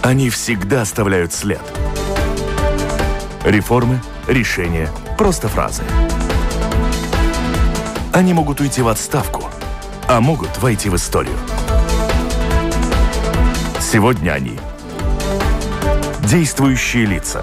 Они всегда оставляют след. Реформы, решения, просто фразы. Они могут уйти в отставку, а могут войти в историю. Сегодня они – действующие лица.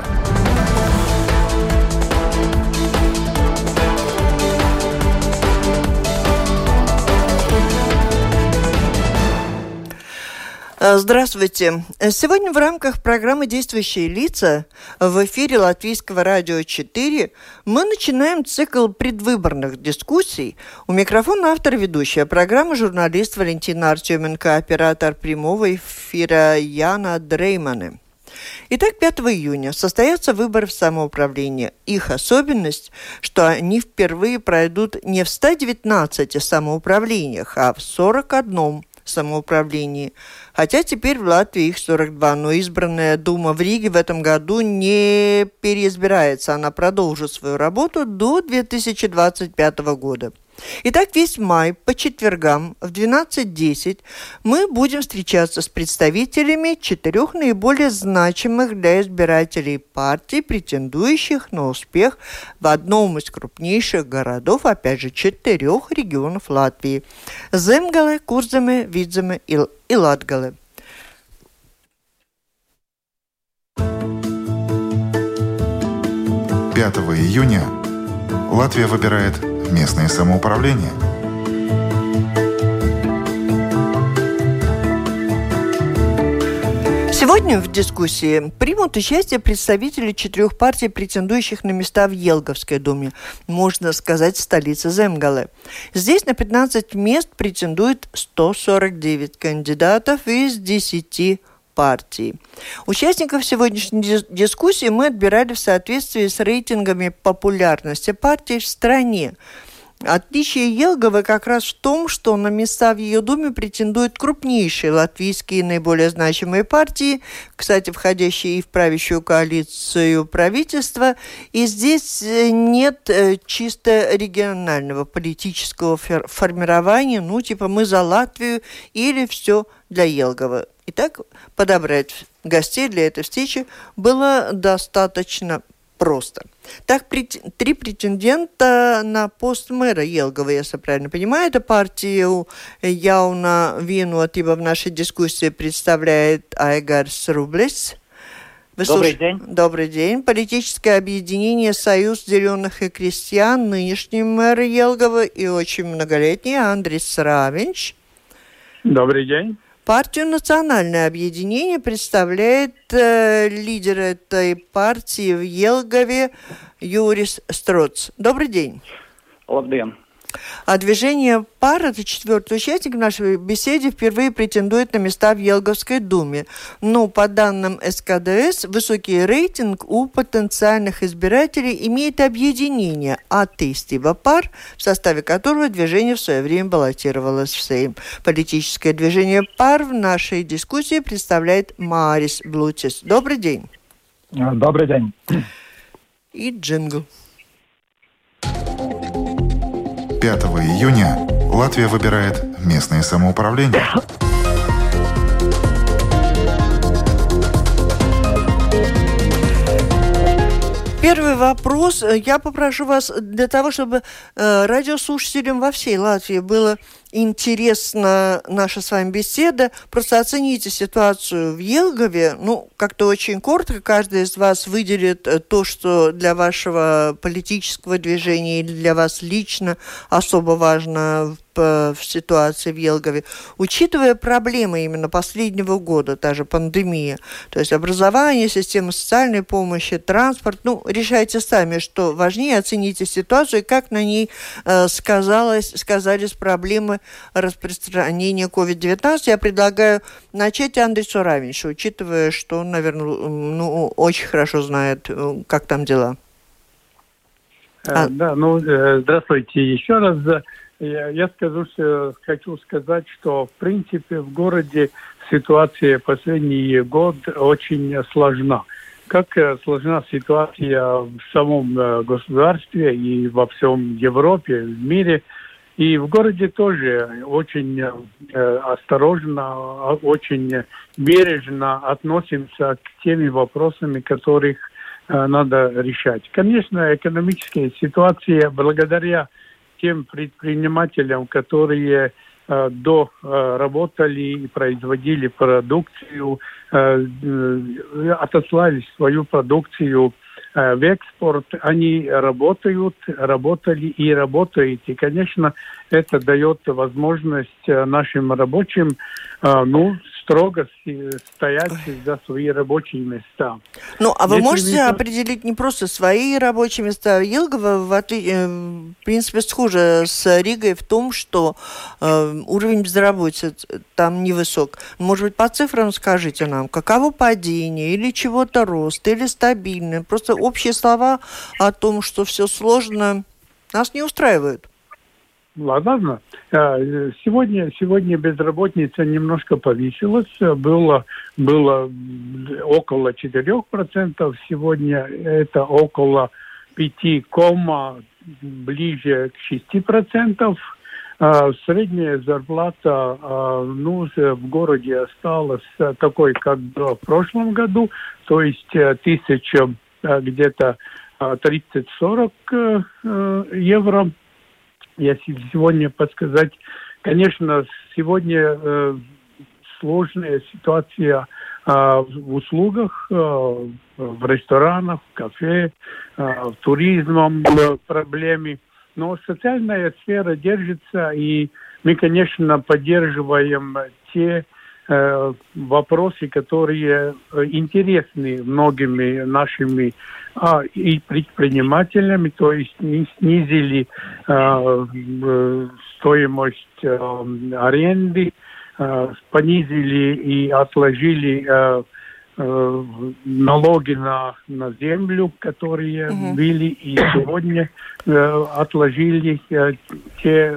Здравствуйте. Сегодня в рамках программы «Действующие лица» в эфире Латвийского радио 4 мы начинаем цикл предвыборных дискуссий. У микрофона автор ведущая программы журналист Валентина Артеменко, оператор прямого эфира Яна Дреймане. Итак, 5 июня состоятся выборы в самоуправление. Их особенность, что они впервые пройдут не в 119 самоуправлениях, а в 41 самоуправлении. Хотя теперь в Латвии их 42, но избранная Дума в Риге в этом году не переизбирается. Она продолжит свою работу до 2025 года. Итак, весь май по четвергам в 12:10 мы будем встречаться с представителями 4 наиболее значимых для избирателей партий, претендующих на успех в одном из крупнейших городов, опять же, 4 регионов Латвии – Земгале, Курземе, Видземе и Латгале. Июня Латвия выбирает местное самоуправление. Сегодня в дискуссии примут участие представители 4 партий, претендующих на места в Елговской думе, можно сказать, столице Земгале. Здесь на 15 мест претендует 149 кандидатов из 10 партий. Участников сегодняшней дискуссии мы отбирали в соответствии с рейтингами популярности партий в стране. Отличие Елговы как раз в том, что на места в ее думе претендуют крупнейшие латвийские наиболее значимые партии, кстати, входящие и в правящую коалицию правительства, и здесь нет чисто регионального политического формирования, типа «мы за Латвию» или «все для Елговы». Итак, подобрать гостей для этой встречи было достаточно просто. Так, 3 претендента на пост мэра Елговы, если правильно понимаю, это партию Jauна Vienotība в нашей дискуссии представляет Айгарс Рублес. Добрый день. Добрый день. Политическое объединение «Союз зеленых и крестьян», нынешний мэр Елговы и очень многолетний Андрис Равинч. Добрый день. Партию «Национальное объединение» представляет лидер этой партии в Елгове Юрис Строц. Добрый день. Лабдien. А движение «Пар», это 4-й участник в нашей беседе, впервые претендует на места в Елговской думе. Но по данным СКДС, высокий рейтинг у потенциальных избирателей имеет объединение «Attīstība Par», в составе которого движение в свое время баллотировалось в Сейм. Политическое движение «Пар» в нашей дискуссии представляет Мārис Bluķis. Добрый день. Добрый день. И джингл. 5 июня Латвия выбирает местное самоуправление. Первый вопрос. Я попрошу вас для того, чтобы радиослушателям во всей Латвии было интересна наша с вами беседа. Просто оцените ситуацию в Елгове. Как-то очень коротко. Каждый из вас выделит то, что для вашего политического движения или для вас лично особо важно в ситуации в Елгове. Учитывая проблемы именно последнего года, та же пандемия, то есть образование, система социальной помощи, транспорт, решайте сами, что важнее, оцените ситуацию и как на ней сказались проблемы распространения COVID-19. Я предлагаю начать Андрису Равинчу, учитывая, что он, наверное, очень хорошо знает, как там дела. Здравствуйте еще раз. Я хочу сказать, что в принципе в городе ситуация последний год очень сложна. Как сложна ситуация в самом государстве и во всем Европе, в мире. И в городе тоже очень осторожно, очень бережно относимся к теми вопросами, которых надо решать. Конечно, экономическая ситуация, благодаря тем предпринимателям, которые работали и производили продукцию, отослали свою продукцию в экспорт, они работали и работают. И, конечно, это дает возможность нашим рабочим, строго стоять за свои рабочие места. Ну, а вы можете определить не просто свои рабочие места? Елгово, в принципе, схоже с Ригой в том, что уровень безработицы там невысок. Может быть, по цифрам скажите нам, каково падение, или чего-то рост, или стабильно? Просто общие слова о том, что все сложно, нас не устраивают. Ладно. Сегодня безработица немножко повысилась. Было около 4%. Сегодня это около 5, ближе к 6%. Средняя зарплата в городе осталась такой, как в прошлом году. То есть 1000 где-то 30-40 евро. Если сегодня подсказать, конечно, сегодня сложная ситуация в услугах, в ресторанах, в кафе, в туризмом проблемы. Но социальная сфера держится, и мы, конечно, поддерживаем те вопросы, которые интересны многими нашими и предпринимателями, то есть снизили стоимость аренды, понизили и отложили налоги на землю, которые были, и сегодня отложили те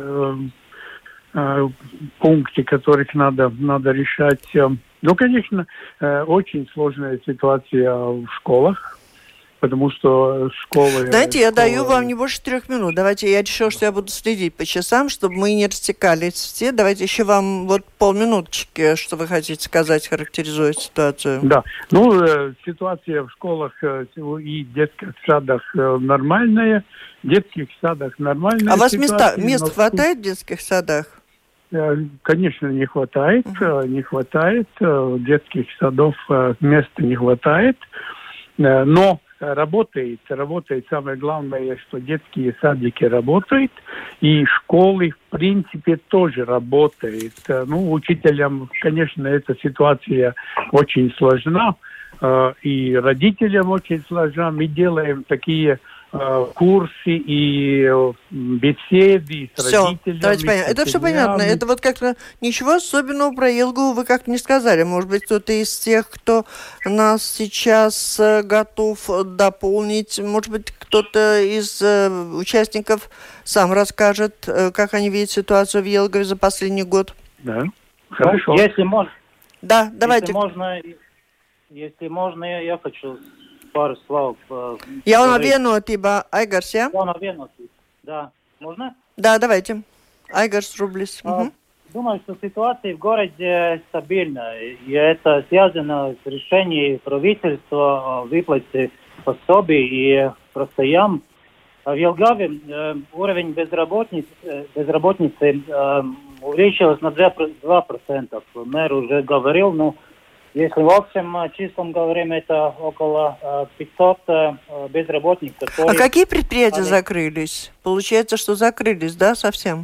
пункты, которых надо решать. Ну, конечно, очень сложная ситуация в школах, потому что школы... Знаете, я даю вам не больше 3 минут. Давайте, я решила, что я буду следить по часам, чтобы мы не растекались все. Давайте еще вам полминуточки, что вы хотите сказать, характеризует ситуацию. Да, ситуация в школах и детских садах нормальная. В детских садах нормальная. А у вас мест хватает в детских садах? Конечно, не хватает. Детских садов места не хватает. Но работает. Самое главное, что детские садики работают, и школы, в принципе, тоже работают. Учителям, конечно, эта ситуация очень сложна, и родителям очень сложна. Мы делаем такие курсы и беседы с родителями. Давайте понятно. Это все понятно. Это как-то ничего особенного про Елгу вы как-то не сказали. Может быть, кто-то из тех, кто нас сейчас готов дополнить, может быть, кто-то из участников сам расскажет, как они видят ситуацию в Елгове за последний год. Да, хорошо. Если можно. Да, давайте. Если можно, я хочу пару слов. Jauna vienotība, Aigars, ja? Jauna vienotība, да. Можно? Да, давайте. Айгарс Рублис. Думаю, что ситуация в городе стабильная. И это связано с решением правительства о выплате пособий и простоям. В Елгаве уровень безработицы увеличился на 2%. Мэр уже говорил, если в общем числом говорим, это около 500 безработных. А какие предприятия закрылись? Получается, что закрылись, да, совсем?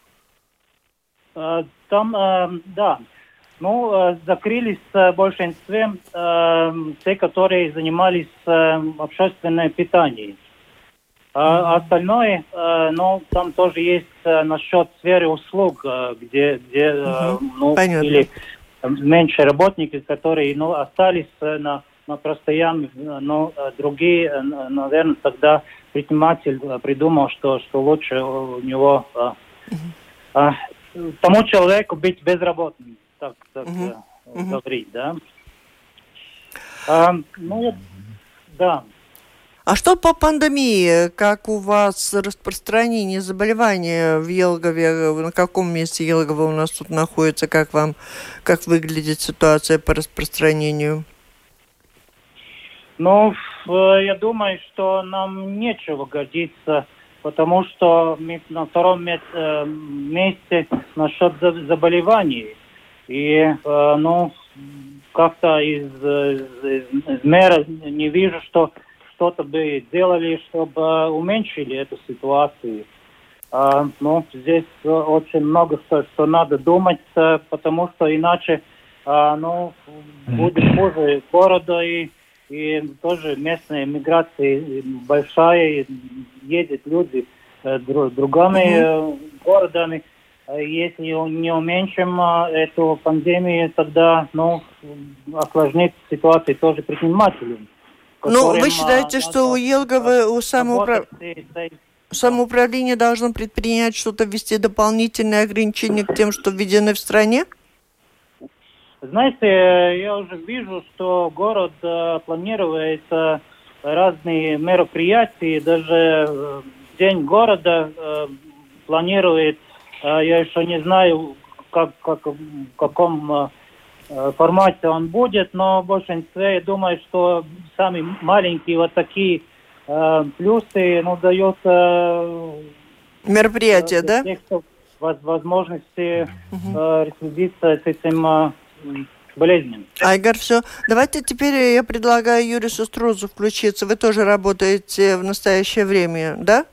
Там, да. Закрылись в большинстве те, которые занимались общественным питанием. Остальное, там тоже есть насчет сферы услуг, где или меньше работников, которые остались на простоянии, но другие, наверное, тогда предприниматель придумал, что лучше у него тому человеку быть безработным, так говорить, да. Да. А что по пандемии? Как у вас распространение заболевания в Елгове? На каком месте Елгова у нас тут находится? Как выглядит ситуация по распространению? Ну, я думаю, что нам нечего гордиться, потому что мы на втором месте насчет заболеваний. И, как-то из мэра не вижу, что что-то бы делали, чтобы уменьшили эту ситуацию. Здесь очень много что надо думать, потому что иначе, будет хуже города и тоже местная миграция большая, едут люди другими городами. Если не уменьшим эту пандемию, тогда осложнит ситуацию тоже предпринимателям. Вы считаете, что у Елговы, у самоуправления должно предпринять что-то, ввести дополнительные ограничения к тем, что введены в стране? Знаете, я уже вижу, что город планирует разные мероприятия, даже День города планирует, я еще не знаю, в каком формате он будет, но в большинстве, я думаю, что самые маленькие вот такие плюсы дают мероприятия, да? Возможности следиться с этим болезням. Айгар, все. Давайте теперь я предлагаю Юрию Суструзу включиться. Вы тоже работаете в настоящее время, да?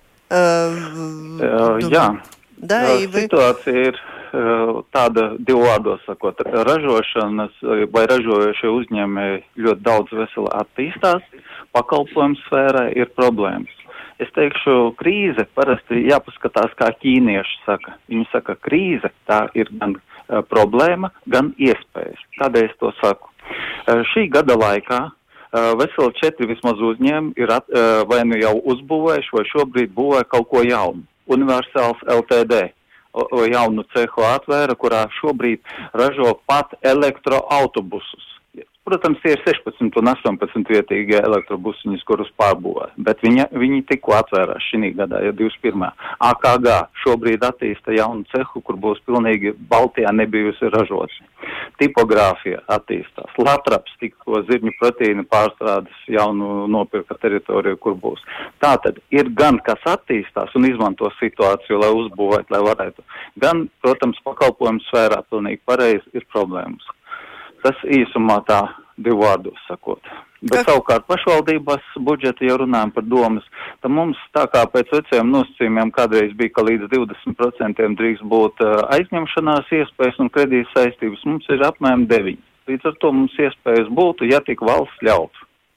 Jā. Situācija ir tāda divu vārdos sakot, ražošanas vai ražojošie uzņēmēji ļoti daudz veseli attīstās, pakalpojumu sfērā ir problēmas. Es teikšu, krīze parasti jāpaskatās, kā ķīnieši saka. Viņi saka, krīze tā ir gan problēma, gan iespējas. Kādēļ es to saku? Šī gada laikā veseli 4 vismaz uzņēmumi ir vai nu jau uzbūvējuši, vai šobrīd būvē kaut ko jaunu. Universāls LTD jaunu cehu atvēra, kurā šobrīd ražo pat elektroautobusus. Protams, tie ir 16 un 18 vietīgie elektrobusiņas, kurus pārbūvē, bet viņi tikko atvērās šī gadā, ja 21. AKG šobrīd attīsta jaunu cehu, kur būs pilnīgi Baltijā nebijusi ražotne. Tipogrāfija attīstās. Latraps tikko zirņu proteīna pārstrādes jaunu nopirka teritoriju, kur būs. Tātad ir gan, kas attīstās un izmanto situāciju, lai uzbūvētu, lai varētu. Gan, protams, pakalpojumu sfērā pilnīgi pareizi ir problēmas. Tas īsumā tā divu vārdos sakot. Bet savukārt pašvaldības budžeta, ja runājam par domas, tad mums tā kā pēc vecajiem nosacījumiem kādreiz bija, ka līdz 20% drīkst būt aizņemšanās iespējas un kredītas saistības, mums ir apmēram 9. Līdz ar to mums iespējas būtu, ja tik valsts ļautu.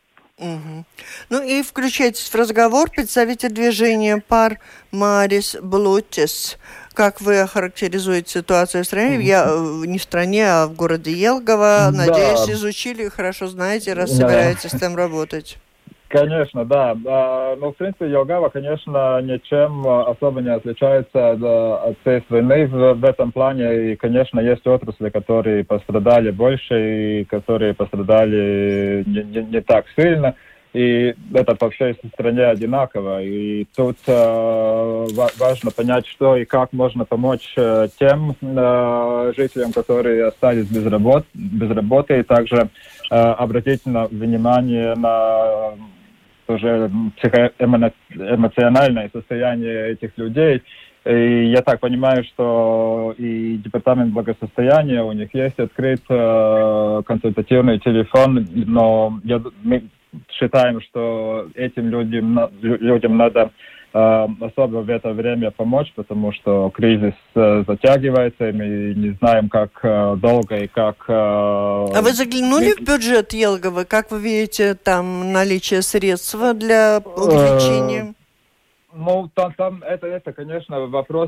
И включайтесь в разговор, представитель движения пар Марис Блутис. Как вы охарактеризуете ситуацию в стране? Не в стране, а в городе Елгово. Надеюсь, изучили, хорошо знаете, раз собираетесь там работать. Конечно, да. В принципе, Елгава, конечно, ничем особо не отличается от всей страны в этом плане. И, конечно, есть отрасли, которые пострадали больше и которые пострадали не так сильно. И это по всей стране одинаково. И тут важно понять, что и как можно помочь тем жителям, которые остались без работы, и также обратить внимание на уже психоэмоциональное состояние этих людей. И я так понимаю, что и департамент благосостояния, у них есть открыт консультативный телефон, но мы считаем, что этим людям надо особо в это время помочь, потому что кризис затягивается, и мы не знаем, как долго и как... А вы заглянули в бюджет Елговы? Как вы видите там наличие средств для увеличения? Там это, конечно, вопрос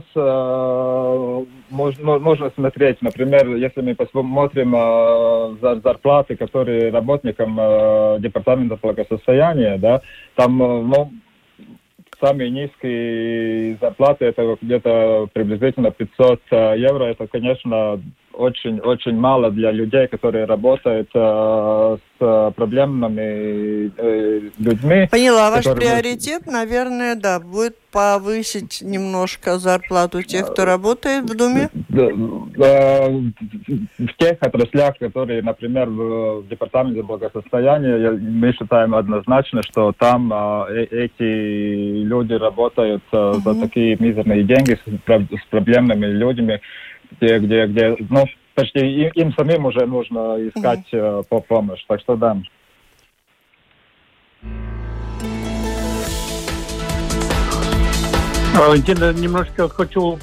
можно смотреть. Например, если мы посмотрим зарплаты, которые работникам департамента благосостояния, да, там, самые низкие зарплаты, это где-то приблизительно 500 евро. Это, конечно, очень мало для людей, которые работают с проблемными людьми. Поняла. Ваш приоритет, наверное, да, будет повысить немножко зарплату тех, кто работает в Думе? В тех отраслях, которые, например, в Департаменте благосостояния, мы считаем однозначно, что там эти люди работают за такие мизерные деньги с проблемными людьми, где почти им самим уже нужно искать помощь. Так что да. Валентина, немножко хочу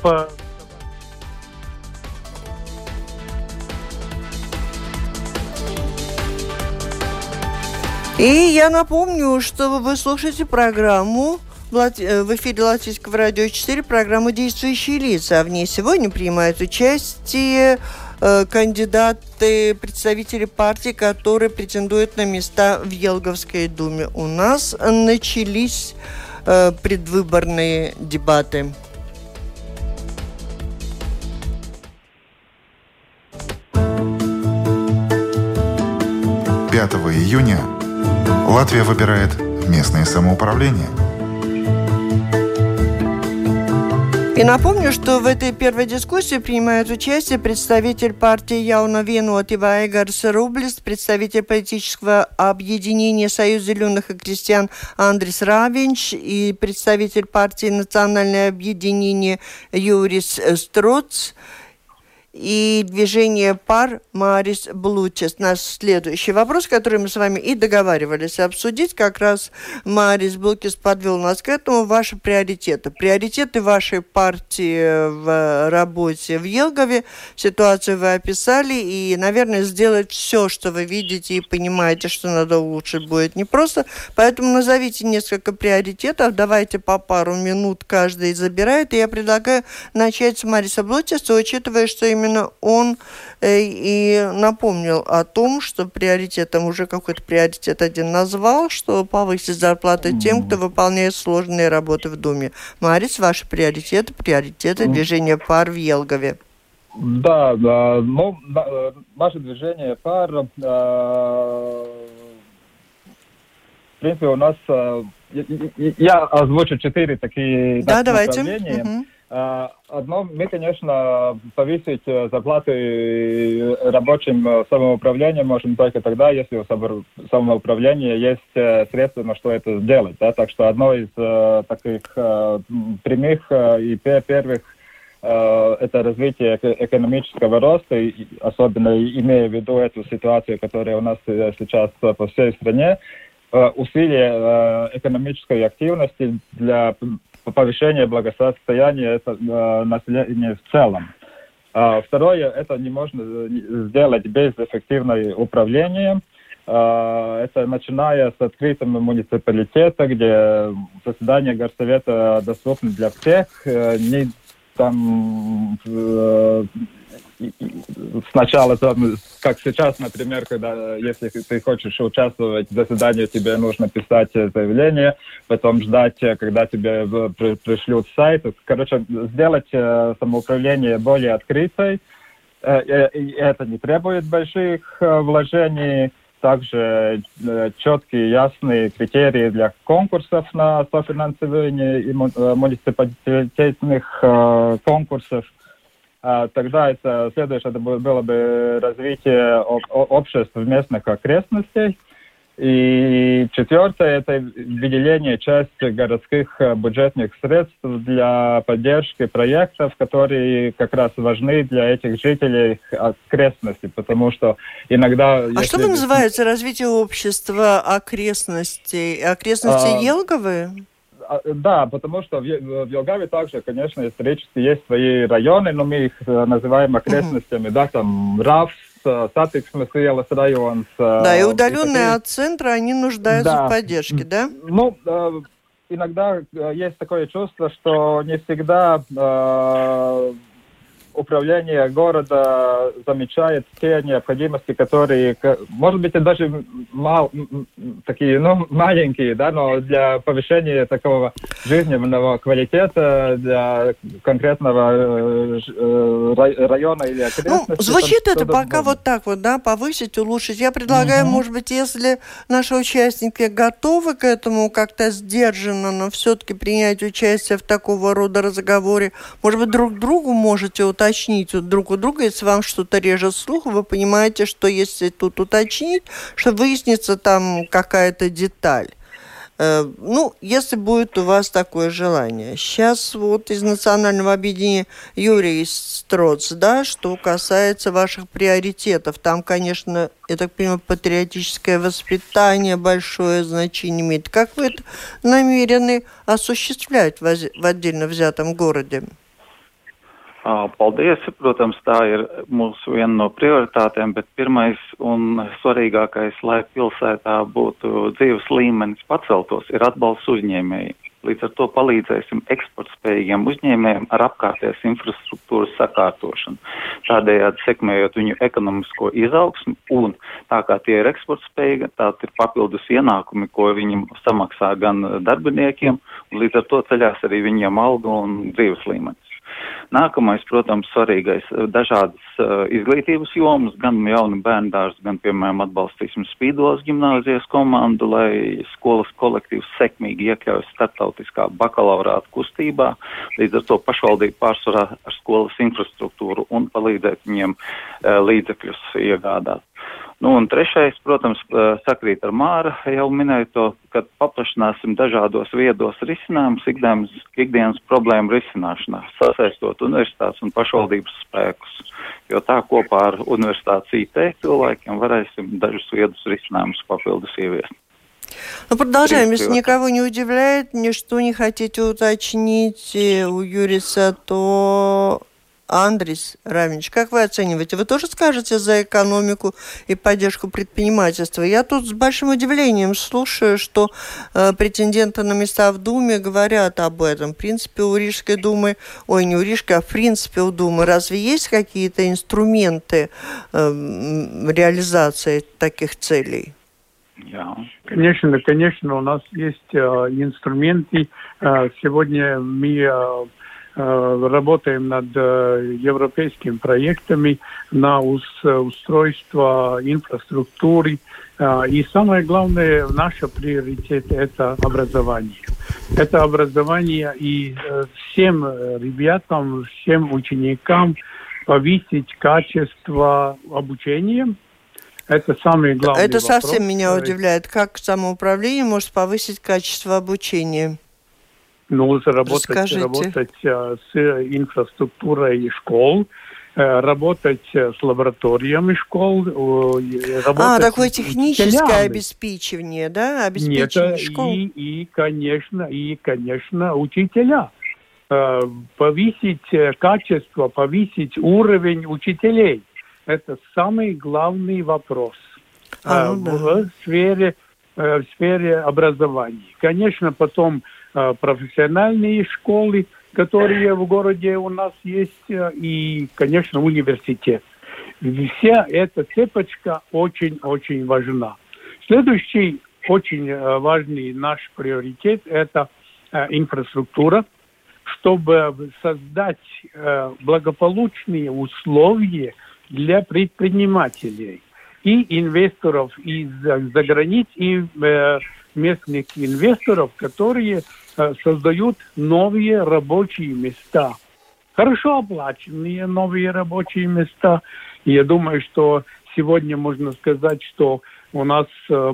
И я напомню, что вы слушаете программу в эфире Латвийского радио 4, программу «Действующие лица». В ней сегодня принимают участие кандидаты, представители партий, которые претендуют на места в Елговской думе. У нас начались предвыборные дебаты. Июня Латвия выбирает местное самоуправление. И напомню, что в этой первой дискуссии принимает участие представитель партии Jauno Vienotība Aigaras Rublis, представитель политического объединения Союз зеленых и крестьян Андрис Рāviņš и представитель партии Национальное объединение Юрис Струц и движение пар Марис Блучес. Наш следующий вопрос, который мы с вами и договаривались обсудить, как раз Марис Блучес подвел нас к этому. Ваши приоритеты. Приоритеты вашей партии в работе в Елгове. Ситуацию вы описали, и, наверное, сделать все, что вы видите и понимаете, что надо улучшить, будет непросто. Поэтому назовите несколько приоритетов. Давайте по пару минут каждый забирает. И я предлагаю начать с Мариса Блучеса, учитывая, что именно он и напомнил о том, что приоритетом уже какой-то приоритет один назвал, что повысить зарплаты тем, кто выполняет сложные работы в Думе. Марис, ваши приоритеты движения пар в Елгове. Да, ну, наше движение пар, в принципе, у нас, я озвучу 4 такие направления. Давайте. Одно, мы, конечно, повысить зарплаты рабочим самоуправлением можем только тогда, если у самоуправления есть средства, на что это сделать. Да? Так что одно из таких прямых и первых это развитие экономического роста, и особенно имея в виду эту ситуацию, которая у нас сейчас по всей стране, усилие экономической активности для повышения благосостояния населения в целом. Второе, это не можно сделать без эффективного управления. Это начиная с открытого муниципалитета, где заседания горсовета доступны для всех. Не там сначала, как сейчас, например, когда если ты хочешь участвовать в заседании, тебе нужно писать заявление, потом ждать, когда тебе пришлют сайт. Короче, сделать самоуправление более открытой. Это не требует больших вложений. Также четкие, ясные критерии для конкурсов на софинансирование и муниципалитетных конкурсов. Тогда это следующее было бы развитие обществ местных окрестностей. И четвертое – это выделение части городских бюджетных средств для поддержки проектов, которые как раз важны для этих жителей окрестностей, потому что иногда… что вы называете развитие общества окрестностей? Окрестности Елговы? Да, потому что в Елгаве также, конечно, исторически есть свои районы, но мы их называем окрестностями, да, там Равс, Сатиксмес ielas район. Да, и удаленные от центра, они нуждаются в поддержке, да? Ну, иногда есть такое чувство, что не всегда управление города замечает те необходимости, которые, может быть, даже такие, маленькие, да, но для повышения такого жизненного квалитета для конкретного района или окрестности. Звучит это пока вот так вот, да, повысить, улучшить. Я предлагаю, может быть, если наши участники готовы к этому как-то сдержанно, но все-таки принять участие в такого рода разговоре, может быть, друг другу можете уточнить друг у друга, если вам что-то режет слух, вы понимаете, что если тут уточнить, что выяснится там какая-то деталь. Если будет у вас такое желание. Сейчас вот из Национального объединения Юрий Строц, да, что касается ваших приоритетов. Там, конечно, я так понимаю, патриотическое воспитание большое значение имеет. Как вы это намерены осуществлять в отдельно взятом городе? Paldies. Protams, tā ir mūsu viena no prioritātēm, bet pirmais un svarīgākais, lai pilsētā būtu dzīves līmenis paceltos, ir atbalsts uzņēmējiem. Līdz ar to palīdzēsim eksportspējīgiem uzņēmējiem ar apkārtējas infrastruktūras sakārtošanu, tādējādi sekmējot viņu ekonomisko izaugsmu, un tā kā tie ir eksportspējīgi, tā ir papildus ienākumi, ko viņiem samaksā gan darbiniekiem, un līdz ar to ceļās arī viņiem algu un dzīves līmenis. Nākamais, protams, svarīgais dažādas izglītības jomas, gan jauni bērndārs, gan, piemēram, atbalstīsim Spīdolas gimnāzijas komandu, lai skolas kolektīvs sekmīgi iekļaujas starptautiskā bakalaurāta kustībā, līdz ar to pašvaldību pārsvarā ar skolas infrastruktūru un palīdzēt viņiem līdzekļus iegādāt. Un trešais, protams, sakrīt ar Māra jau minēto, kad paplašināsim dažādos viedos risinājumus ikdienas problēmu risināšanā, sasaistot universitātes un pašvaldības spēkus, jo tā kopā ar universitātes IT cilvēkiem varēsim dažus viedus risinājumus papildus ieviest. Продолжаем. Если никого не удивляет, ничто не хотите уточнить у Юриса, то... Андрис Равинч, как вы оцениваете? Вы тоже скажете за экономику и поддержку предпринимательства? Я тут с большим удивлением слушаю, что претенденты на места в Думе говорят об этом. В принципе, у Рижской думы, не у Рижской, а в принципе у Думы, разве есть какие-то инструменты реализации таких целей? Конечно, у нас есть инструменты. Сегодня мы работаем над европейскими проектами на устройство инфраструктуры. И самое главное, наш приоритет – это образование. Это образование и всем ребятам, всем ученикам повысить качество обучения. Это самый главный вопрос. Это совсем меня удивляет. Как самоуправление может повысить качество обучения? Работать с инфраструктурой школ, работать с лабораториями школ. Такое техническое обеспечивание, да? Обеспечение школ. И, конечно, учителя. Повысить качество, повысить уровень учителей. Это самый главный вопрос в сфере образования. Конечно, потом профессиональные школы, которые в городе у нас есть, и, конечно, университет. Вся эта цепочка очень-очень важна. Следующий очень важный наш приоритет – это инфраструктура, чтобы создать благополучные условия для предпринимателей и инвесторов из-за границ, и местных инвесторов, которые создают новые рабочие места. Хорошо оплаченные новые рабочие места. И я думаю, что сегодня можно сказать, что у нас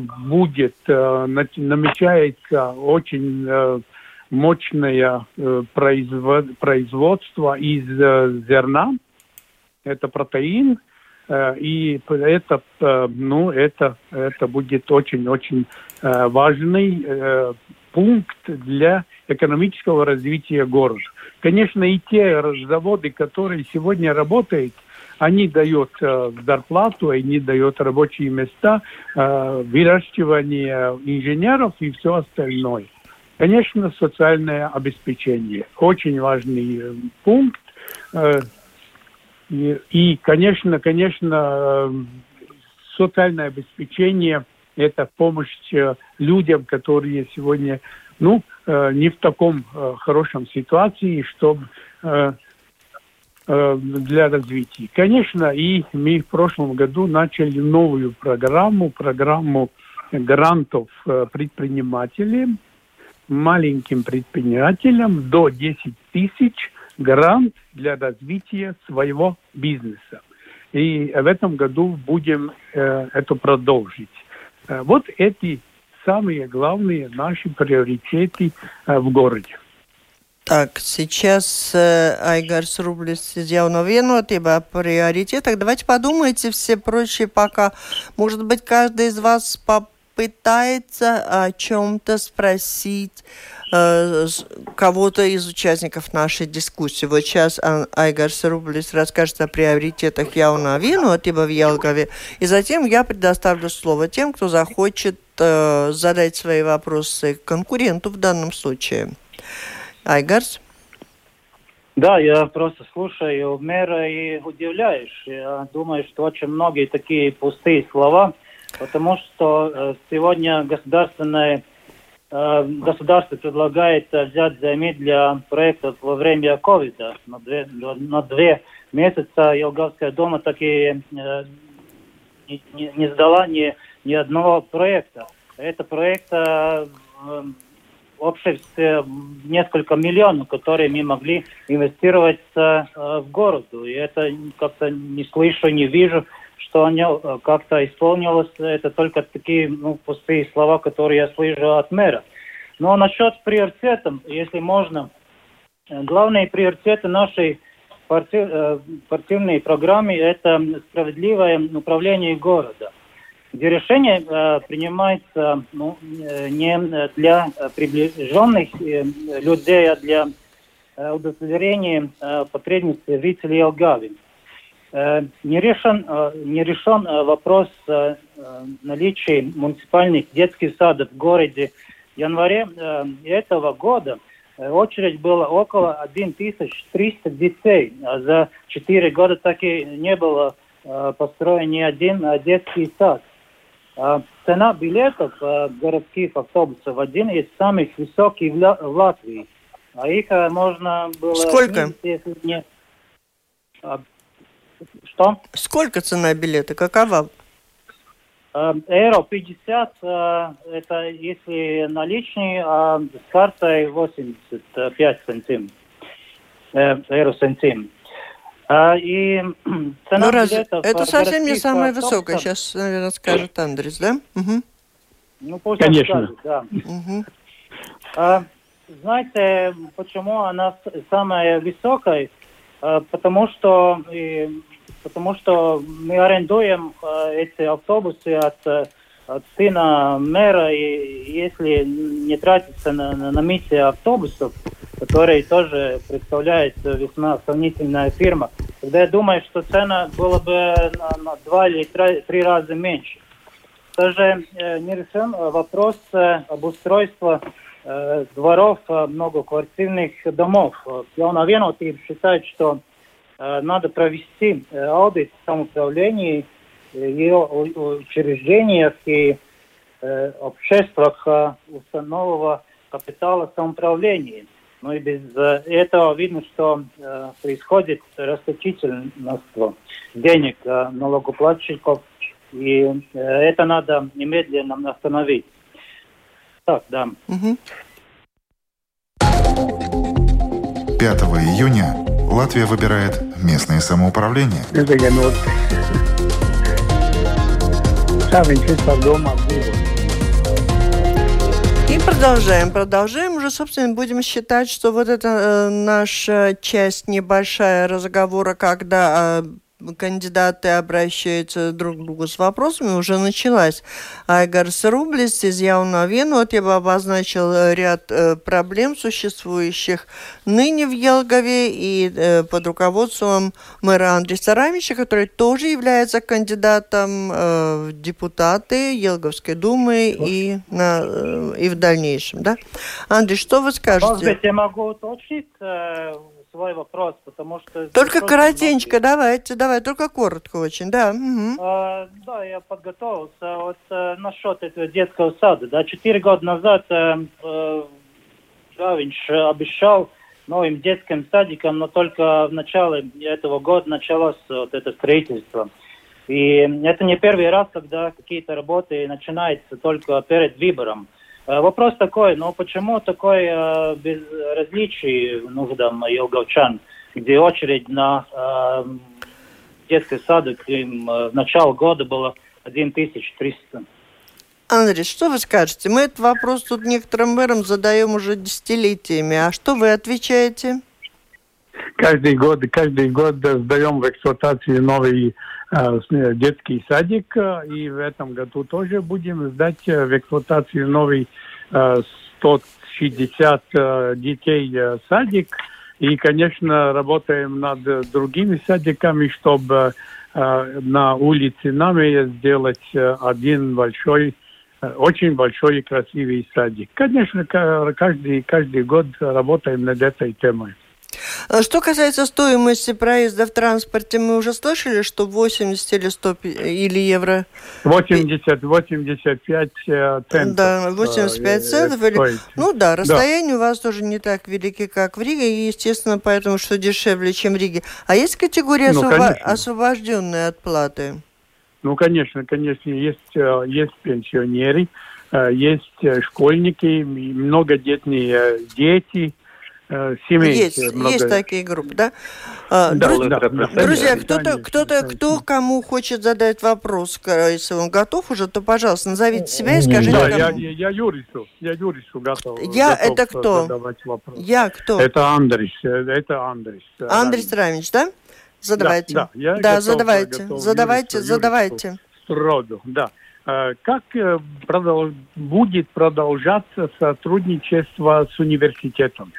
намечается очень мощное производство из зерна. Это протеин. И это будет очень-очень важный пункт для экономического развития города. Конечно, и те заводы, которые сегодня работают, они дают зарплату, они дают рабочие места, выращивание инженеров и все остальное. Конечно, социальное обеспечение. Очень важный пункт. И конечно, социальное обеспечение – это помощь людям, которые сегодня, не в таком хорошем ситуации, чтобы для развития. Конечно, и мы в прошлом году начали новую программу грантов предпринимателям, маленьким предпринимателям до 10 тысяч грант для развития своего бизнеса. И в этом году будем это продолжить. Вот эти самые главные наши приоритеты в городе. Так, сейчас Айгарс Рубlis из Jauno Vienotība о приоритетах. Давайте подумайте все прочие пока. Может быть, каждый из вас попытается о чем-то спросить кого-то из участников нашей дискуссии. Вот сейчас Айгарс Рубlis расскажет о приоритетах Jauno Vienotība в Jelgavе. И затем я предоставлю слово тем, кто захочет задать свои вопросы конкуренту в данном случае. Айгарс? Да, я просто слушаю мэра и удивляюсь. Я думаю, что очень многие такие пустые слова, потому что сегодня государство предлагает взять займы для проектов во время ковида. На 2 месяца Jelgavская дума таки не сдала ни одного проекта. Это проект общий несколько миллионов, которые мы могли инвестировать в город. И это как-то не слышу, не вижу, что они как-то исполнилось. Это только такие пустые слова, которые я слышу от мэра. Но насчет приоритетов, если можно, главные приоритеты нашей партийной программы – это справедливое управление города, где решение принимается не для приближенных людей, а для удовлетворения потребностей жителей Елгавы. Не решен вопрос наличия муниципальных детских садов в городе. В январе этого года очередь была около 1300 детей, а за 4 года так и не было построен ни один детский сад. Цена билетов городских автобусов один из самых высоких в Латвии. А их можно было... Сколько? Если не... Что? Сколько цена билета? Какова? Евро 50, это если наличный, а с картой 85 сантим. Евро сантим. И цена билетов... Это совсем не самая высокая, сейчас, наверное, скажет Андрис, да? Угу. Пусть конечно. Скажет, да. Угу. Знаете, почему она самая высокая? Потому что мы арендуем эти автобусы от сына мэра, и если не тратиться на миссию автобусов, которые тоже представляет весьма сомнительная фирма, тогда я думаю, что цена была бы на 2 или 3 раза меньше. Также не решен вопрос обустройства дворов многоквартирных домов. Jauno Vienotība считает, что надо провести аудит самоуправления в ее учреждениях и обществах установленного капитала самоуправления. Ну и без этого видно, что происходит расточительство денег налогоплательщиков, и это надо немедленно остановить. Так, да. 5 июня Латвия выбирает местное самоуправление. И продолжаем. Уже, собственно, будем считать, что вот эта наша часть небольшая разговора, когда кандидаты обращаются друг к другу с вопросами, уже началась. Айгарс Рублис из Jauno Vienotība обозначил ряд проблем, существующих ныне в Jelgavе, и под руководством мэра Андриса Рамича, который тоже является кандидатом в депутаты Jelgavской думы и в дальнейшем. Да? Андрей, что вы скажете? Может быть, я могу уточнить свой вопрос, потому что... Только коротенько, давай, только коротко очень, да. Угу. Да, я подготовился. Вот насчет этого детского сада. Да, 4 года назад Гавинш обещал новым детским садикам, но только в начале этого года началось вот это строительство. И это не первый раз, когда какие-то работы начинаются только перед выбором. Вопрос такой, но почему такое безразличие нуждам елговчан, где очередь на детский садик в начале года было 1300? Андрей, что вы скажете? Мы этот вопрос тут некоторым мэрам задаем уже десятилетиями. А что вы отвечаете? Каждый год сдаем в эксплуатацию новый детский садик, и в этом году тоже будем сдать в эксплуатацию новый 160 детей садик. И, конечно, работаем над другими садиками, чтобы на улице Намея сделать один большой, очень большой и красивый садик. Конечно, каждый год работаем над этой темой. Что касается стоимости проезда в транспорте, мы уже слышали, что 80 или 100 или евро? 85 центов. Да, 85 центов. Ну да, расстояния у вас тоже не так велики, как в Риге, и, естественно, поэтому, что дешевле, чем в Риге. А есть категория освобожденной от платы? Ну, конечно, есть пенсионеры, есть школьники, многодетные дети, семей. Есть такие группы, да? Друзья, кто кому хочет задать вопрос, если он готов уже, то, пожалуйста, назовите себя и скажите кому. Я Юрису готов. Это кто? Я кто? Это Андрис. Андрис Равич, да? Задавайте. Да, задавайте. Сроду, да. Как будет продолжаться сотрудничество с университетом?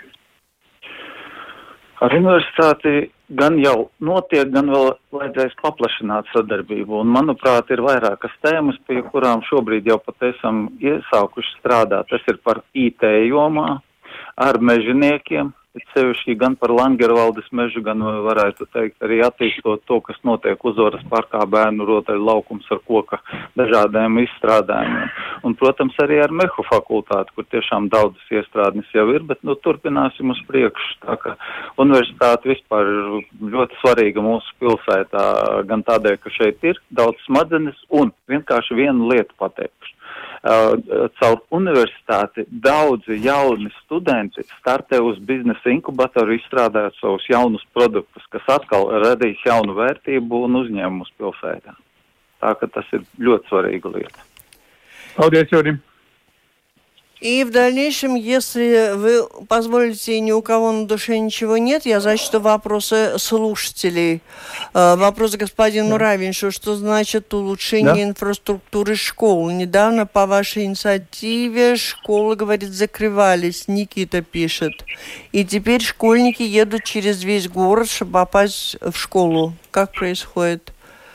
Ar universitāti gan jau notiek, gan vēl vajadzēs paplašināt sadarbību. Un, manuprāt, ir vairākas tēmas, pie kurām šobrīd jau pat esam iesākuši strādāt. Tas ir par IT jomā, ar mežaniekiem, sevišķi gan par Langervaldes mežu, gan varētu teikt arī attīstot to, kas notiek Uzvaras parkā, bērnu rotaļu laukums ar koka dažādiem izstrādājumiem. Un, protams, arī ar mehu fakultāti, kur tiešām daudzas iestrādnes jau ir, bet turpināsim uz priekšu. Tā kā universitāte vispār ir ļoti svarīga mūsu pilsētā, gan tādēļ, ka šeit ir daudz smadzenes un vienkārši vienu lietu pateikšu. Caur universitāti daudzi jauni studenti startē uz biznesa inkubatoru, izstrādājot savus jaunus produktus, kas atkal radīs jaunu vērtību un uzņēmumus pilsētā. Tā ka tas ir ļoti svarīga lieta. Paldies, Юрий. И в дальнейшем, если вы позволите, ни у кого на душе ничего нет, я зачту вопросы слушателей. Вопрос господину Равиншу. Что значит улучшение инфраструктуры школ? Недавно по вашей инициативе школы, говорит, закрывались. Никита пишет. И теперь школьники едут через весь город, чтобы попасть в школу. Как происходит?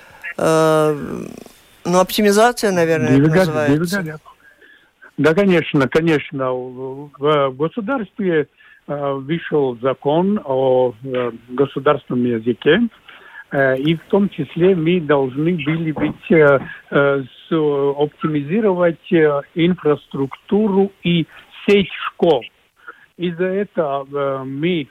Оптимизация, наверное, это называется. Да, конечно. В государстве вышел закон о государственном языке, и в том числе мы должны были оптимизировать инфраструктуру и сеть школ. Из-за этого мы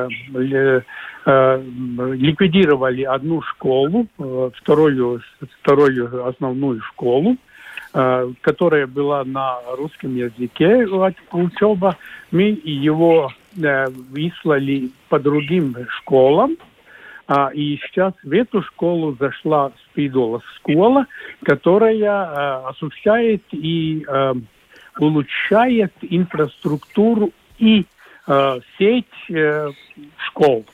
ликвидировали одну школу, вторую основную школу, которая была на русском языке, учеба, мы его выслали по другим школам, и сейчас в эту школу зашла школа, которая осуществляет и улучшает инфраструктуру и сеть школ.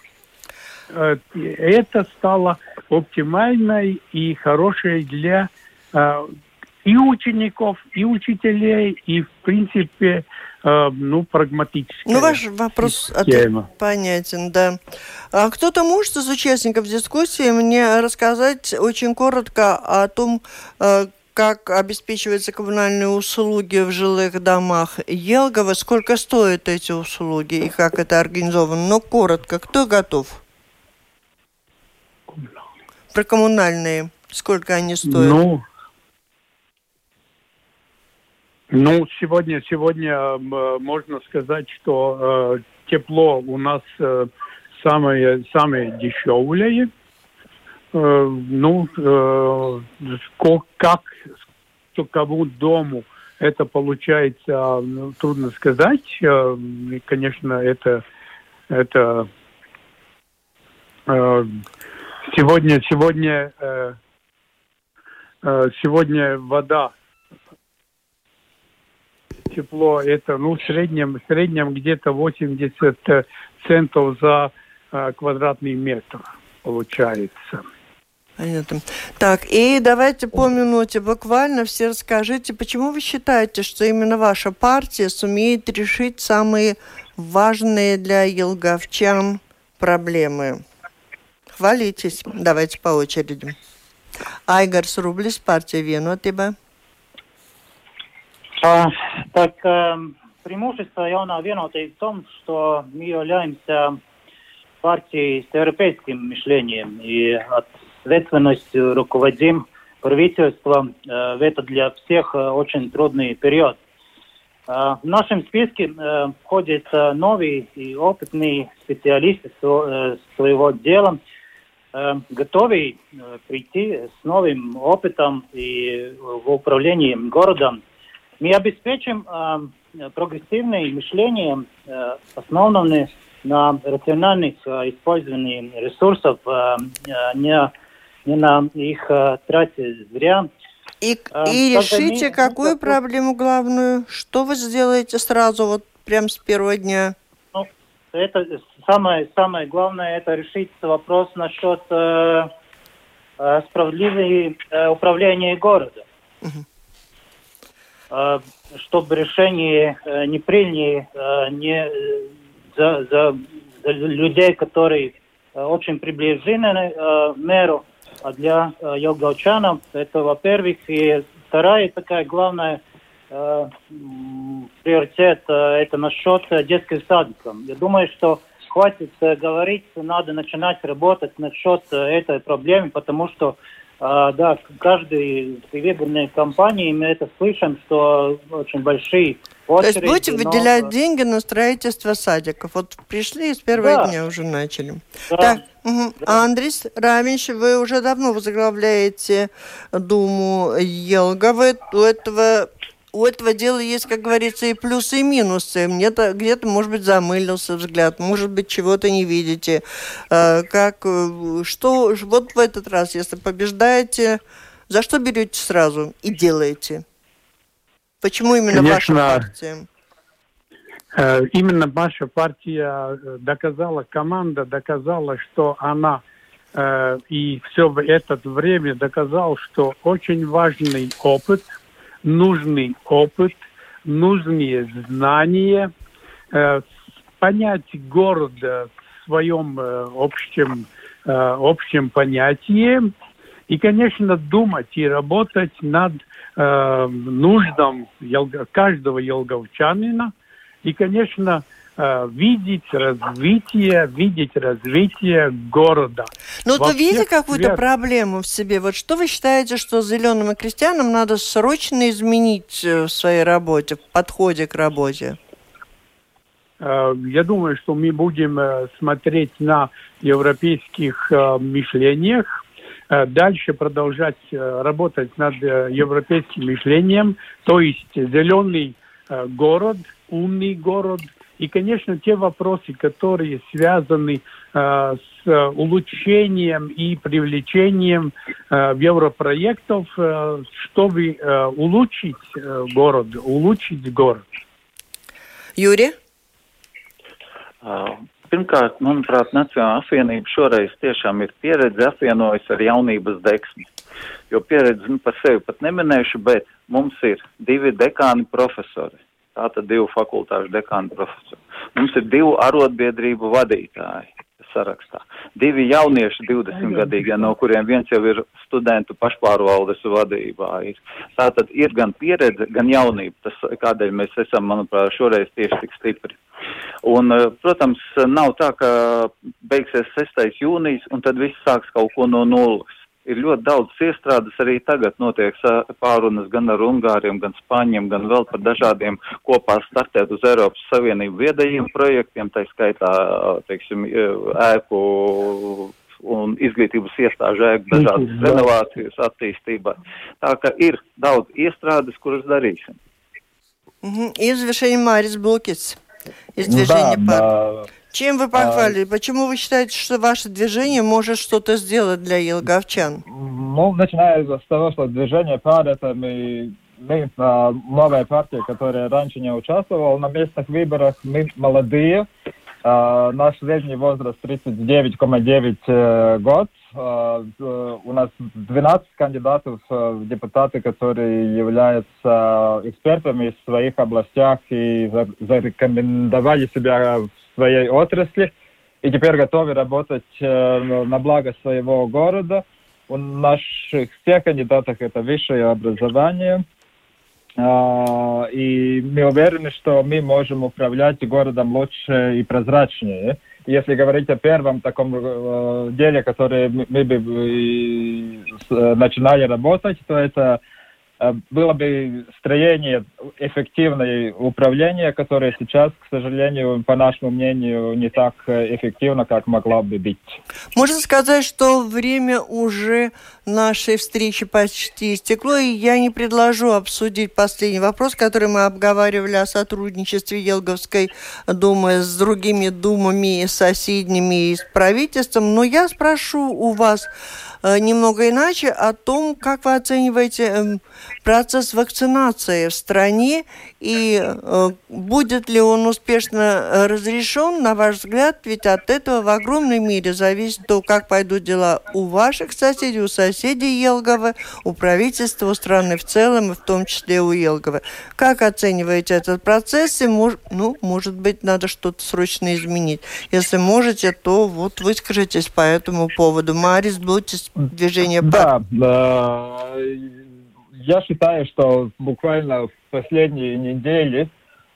Это стало оптимальной и хорошей для и учеников, и учителей, и, в принципе, прагматически. Ваш вопрос понятен, да. А кто-то может из участников дискуссии мне рассказать очень коротко о том, как обеспечиваются коммунальные услуги в жилых домах Елгова, сколько стоят эти услуги и как это организовано. Но коротко, кто готов? Про коммунальные, сколько они стоят? Сегодня можно сказать, что тепло у нас самое дешевое. Как кому дому это получается, трудно сказать. Конечно, это сегодня вода, тепло, это в среднем где-то 80 центов за квадратный метр получается. Понятно. Так, и давайте по минуте буквально все расскажите, почему вы считаете, что именно ваша партия сумеет решить самые важные для елговчан проблемы? Хвалитесь. Давайте по очереди. Aigars Rublis, партия Vienotība. Преимущество jaunā vienotība в том, что мы являемся партией с европейским мышлением и ответственностью руководим правительством в этот для всех очень трудный период. В нашем списке входят новые и опытные специалисты своего дела, готовые прийти с новым опытом и в управлении городом. Мы обеспечим прогрессивное мышление, основанное на рациональных использовании ресурсов, не на их трате зря. И решите, какую проблему главную? Что вы сделаете сразу, вот прям с первого дня? Это самое главное, это решить вопрос насчет справедливого управления городом. Чтобы решение не приняли за людей, которые очень приближены мэру, а для елговчанов это, во-первых, и вторая такая главная приоритет, это насчет детских садиков. Я думаю, что хватит говорить, надо начинать работать насчет этой проблемы, потому что каждой приведенной компании мы это слышим, что очень большие очереди. То есть будете выделять деньги на строительство садиков? Вот пришли и с первого дня уже начали. Да. Так, Андрис Равинш, вы уже давно возглавляете Думу Елговы. У этого дела есть, как говорится, и плюсы, и минусы. Где-то, может быть, замылился взгляд, может быть, чего-то не видите. Что вот в этот раз, если побеждаете, за что берете сразу и делаете? Почему именно ваша партия? Именно наша партия команда доказала, что она и все это время доказал, что очень важный опыт, нужные знания, понять город в своем общем понятии и, конечно, думать и работать над нуждам каждого елговчанина и, конечно, видеть развитие города. Ну, вы видите какую-то проблему в себе? Вот что вы считаете, что зеленым и крестьянам надо срочно изменить в своей работе, в подходе к работе? Я думаю, что мы будем смотреть на европейских мышлениях, дальше продолжать работать над европейским мышлением, то есть зеленый город, умный город. И, конечно, те вопросы, которые связаны с улучшением и привлечением европроектов, чтобы улучшить город. Юрий? Pirmkārt, manuprāt, Nacionālā apvienība šoreiz tiešām ir pieredze apvienojusi ar jaunības deksmi. Jo pieredzi par sevi pat neminēšu, bet mums ir 2 dekāni profesori. Tātad 2 fakultāšu dekāni profesori. Mums ir 2 arotbiedrību vadītāji, kas sarakstā. 2 jaunieši 20-gadīgi, no kuriem viens jau ir studentu pašpārvaldes vadībā. Tātad ir gan pieredze, gan jaunība. Tas, kādēļ mēs esam, manuprāt, šoreiz tieši tik stipri. Un, protams, nav tā, ka beigsies 6. jūnijas un tad viss sāks kaut ko no nulles. Ir ļoti daudz iestrādes, arī tagad notiek pārunas gan ar Ungāriem, gan Spāņiem, gan vēl par dažādiem kopā startēt uz Eiropas Savienību viedajiem projektiem, tā skaitā, teiksim, ēku un izglītības iestāžu ēku dažādas renovācijas attīstībā. Tā ka ir daudz iestrādes, kuras darīsim. И в завершение Марис Блукец из движения пар. Чем вы похвалили? Почему вы считаете, что ваше движение может что-то сделать для елговчан? Ну, начиная с того, что движение пар, это мы новая партия, которая раньше не участвовала на местных выборах. Мы молодые. Наш средний возраст 39,9 год. У нас 12 кандидатов в депутаты, которые являются экспертами в своих областях и зарекомендовали себя в своей отрасли. И теперь готовы работать на благо своего города. У наших всех кандидатов это высшее образование. И мы уверены, что мы можем управлять городом лучше и прозрачнее. Если говорить о первом таком деле, которое мы бы начинали работать, то это было бы строение эффективное управление, которое сейчас, к сожалению, по нашему мнению, не так эффективно, как могло бы быть. Можно сказать, что время уже нашей встречи почти истекло, и я не предложу обсудить последний вопрос, который мы обговаривали о сотрудничестве Елговской думы с другими думами, соседними и с правительством, но я спрошу у вас немного иначе о том, как вы оцениваете процесс вакцинации в стране и будет ли он успешно разрешен, на ваш взгляд, ведь от этого в огромной мере зависит то, как пойдут дела у ваших соседей, у соседей Елговы, у правительства, у страны в целом, и в том числе у Елговы. Как оцениваете этот процесс? И, может быть, надо что-то срочно изменить. Если можете, то вот выскажитесь по этому поводу. Марис Блутис, движение пар. Да, я считаю, что буквально в последние недели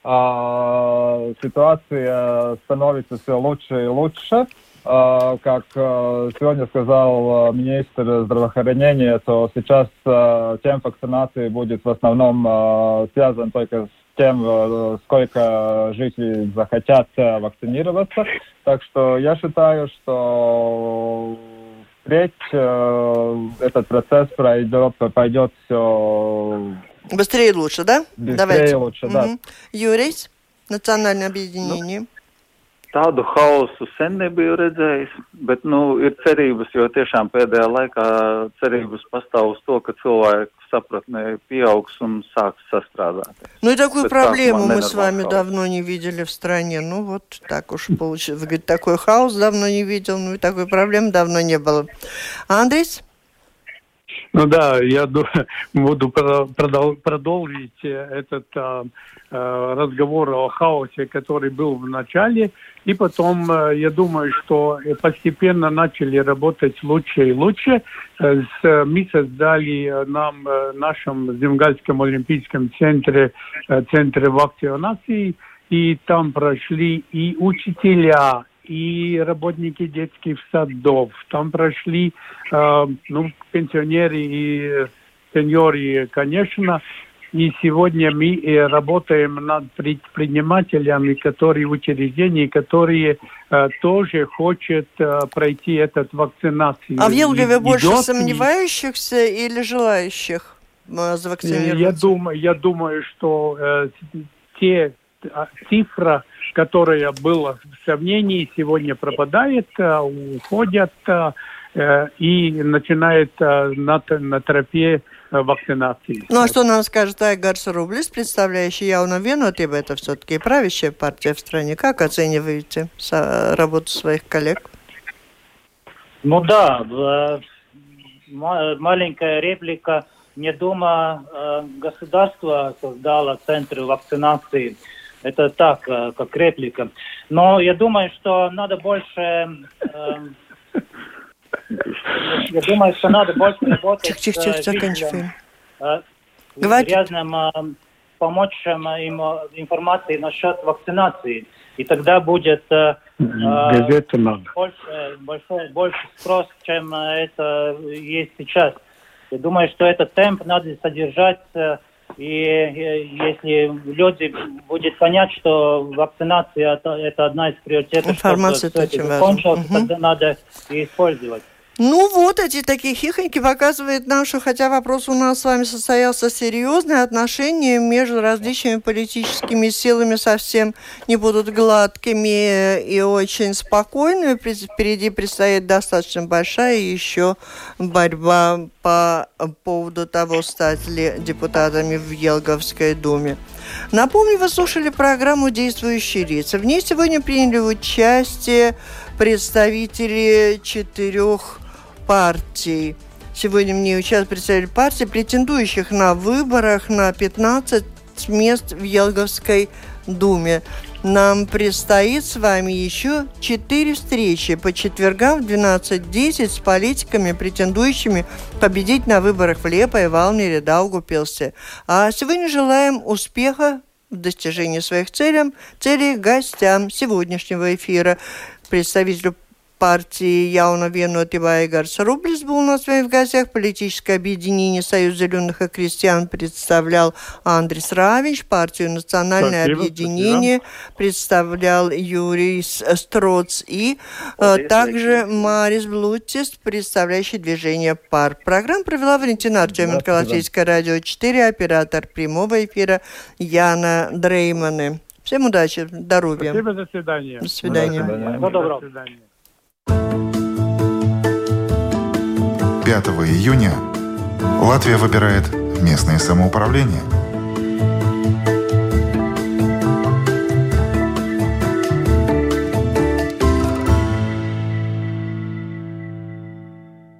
ситуация становится все лучше и лучше. Как сегодня сказал министр здравоохранения, то сейчас темп вакцинации будет в основном связан только с тем, сколько жителей захотят вакцинироваться. Так что я считаю, что впредь этот процесс пойдет все... Быстрее и лучше, да? Быстрее и лучше, да. Юрис, Национальное объединение. Tādu hausu sen nebiju redzējis, bet, ir cerības, jo tiešām pēdējā laikā cerības pastāv uz to, ka cilvēku sapratne pieaugs un sāks sastrādāt. И такую проблему мы с вами давно не видели в стране. Вот так уж получилось. Вы говорите, такой хаос давно не видел, и такой проблемы давно не было. Андрей? Да, я буду продолжить этот разговор о хаосе, который был в начале, и потом, я думаю, что постепенно начали работать лучше и лучше. Мы создали нам в нашем Земгальском олимпийском центре вакцинации, и там прошли и учителя, и работники детских садов, там прошли пенсионеры и сеньоры, конечно. И сегодня мы работаем над предпринимателями, которые учреждения, которые тоже хотят пройти эту вакцинацию. А в Елгове больше сомневающихся или желающих завакцинироваться? Я думаю, что цифра, которая была в сравнении, сегодня пропадает, уходят и начинает на тропе вакцинации. А что нам скажет Айгарс Рублис, представляющий Jauno Vienotība, это все-таки правящая партия в стране? Как оцениваете работу своих коллег? Маленькая реплика. Мне Дума государства создала центры вакцинации. Это так, как реплика. Но я думаю, что надо больше... Я думаю, что надо больше работать с жителям, грязным, помочь им информацией насчет вакцинации. И тогда будет больше спрос, чем это есть сейчас. Я думаю, что этот темп надо содержать, и если люди будут понять, что вакцинация это одна из приоритетов, информация чтобы все это закончилось, тогда надо и использовать. Ну вот, эти такие хихоньки показывают нам, что хотя вопрос у нас с вами состоялся серьезный, отношения между различными политическими силами совсем не будут гладкими и очень спокойными. Впереди предстоит достаточно большая еще борьба по поводу того, стать ли депутатами в Елговской думе. Напомню, вы слушали программу «Действующие лица». В ней сегодня приняли участие представители 4 партий. Сегодня мне участвуют представители партий, претендующих на выборах на 15 мест в Елговской думе. Нам предстоит с вами еще 4 встречи по четвергам в 12:10 с политиками, претендующими победить на выборах в Лепое, Валмере, Даугавпилсе. А сегодня желаем успеха в достижении своих целей гостям сегодняшнего эфира. Представителю партии «Jauno vienotība» Игорь Рублис был у нас с вами в гостях. Политическое объединение «Союз зеленых и крестьян» представлял Андрис Равич. Партию «Национальное объединение» представлял Юрий Строц. И также Марис Блутис, представляющий движение «Пар». Программу провела Валентина Артеменко, Латвийское радио 4, оператор прямого эфира Яна Дреймане. Всем удачи, здоровья. Спасибо, до свидания. До свидания. Всего доброго. 5 июня Латвия выбирает местное самоуправление.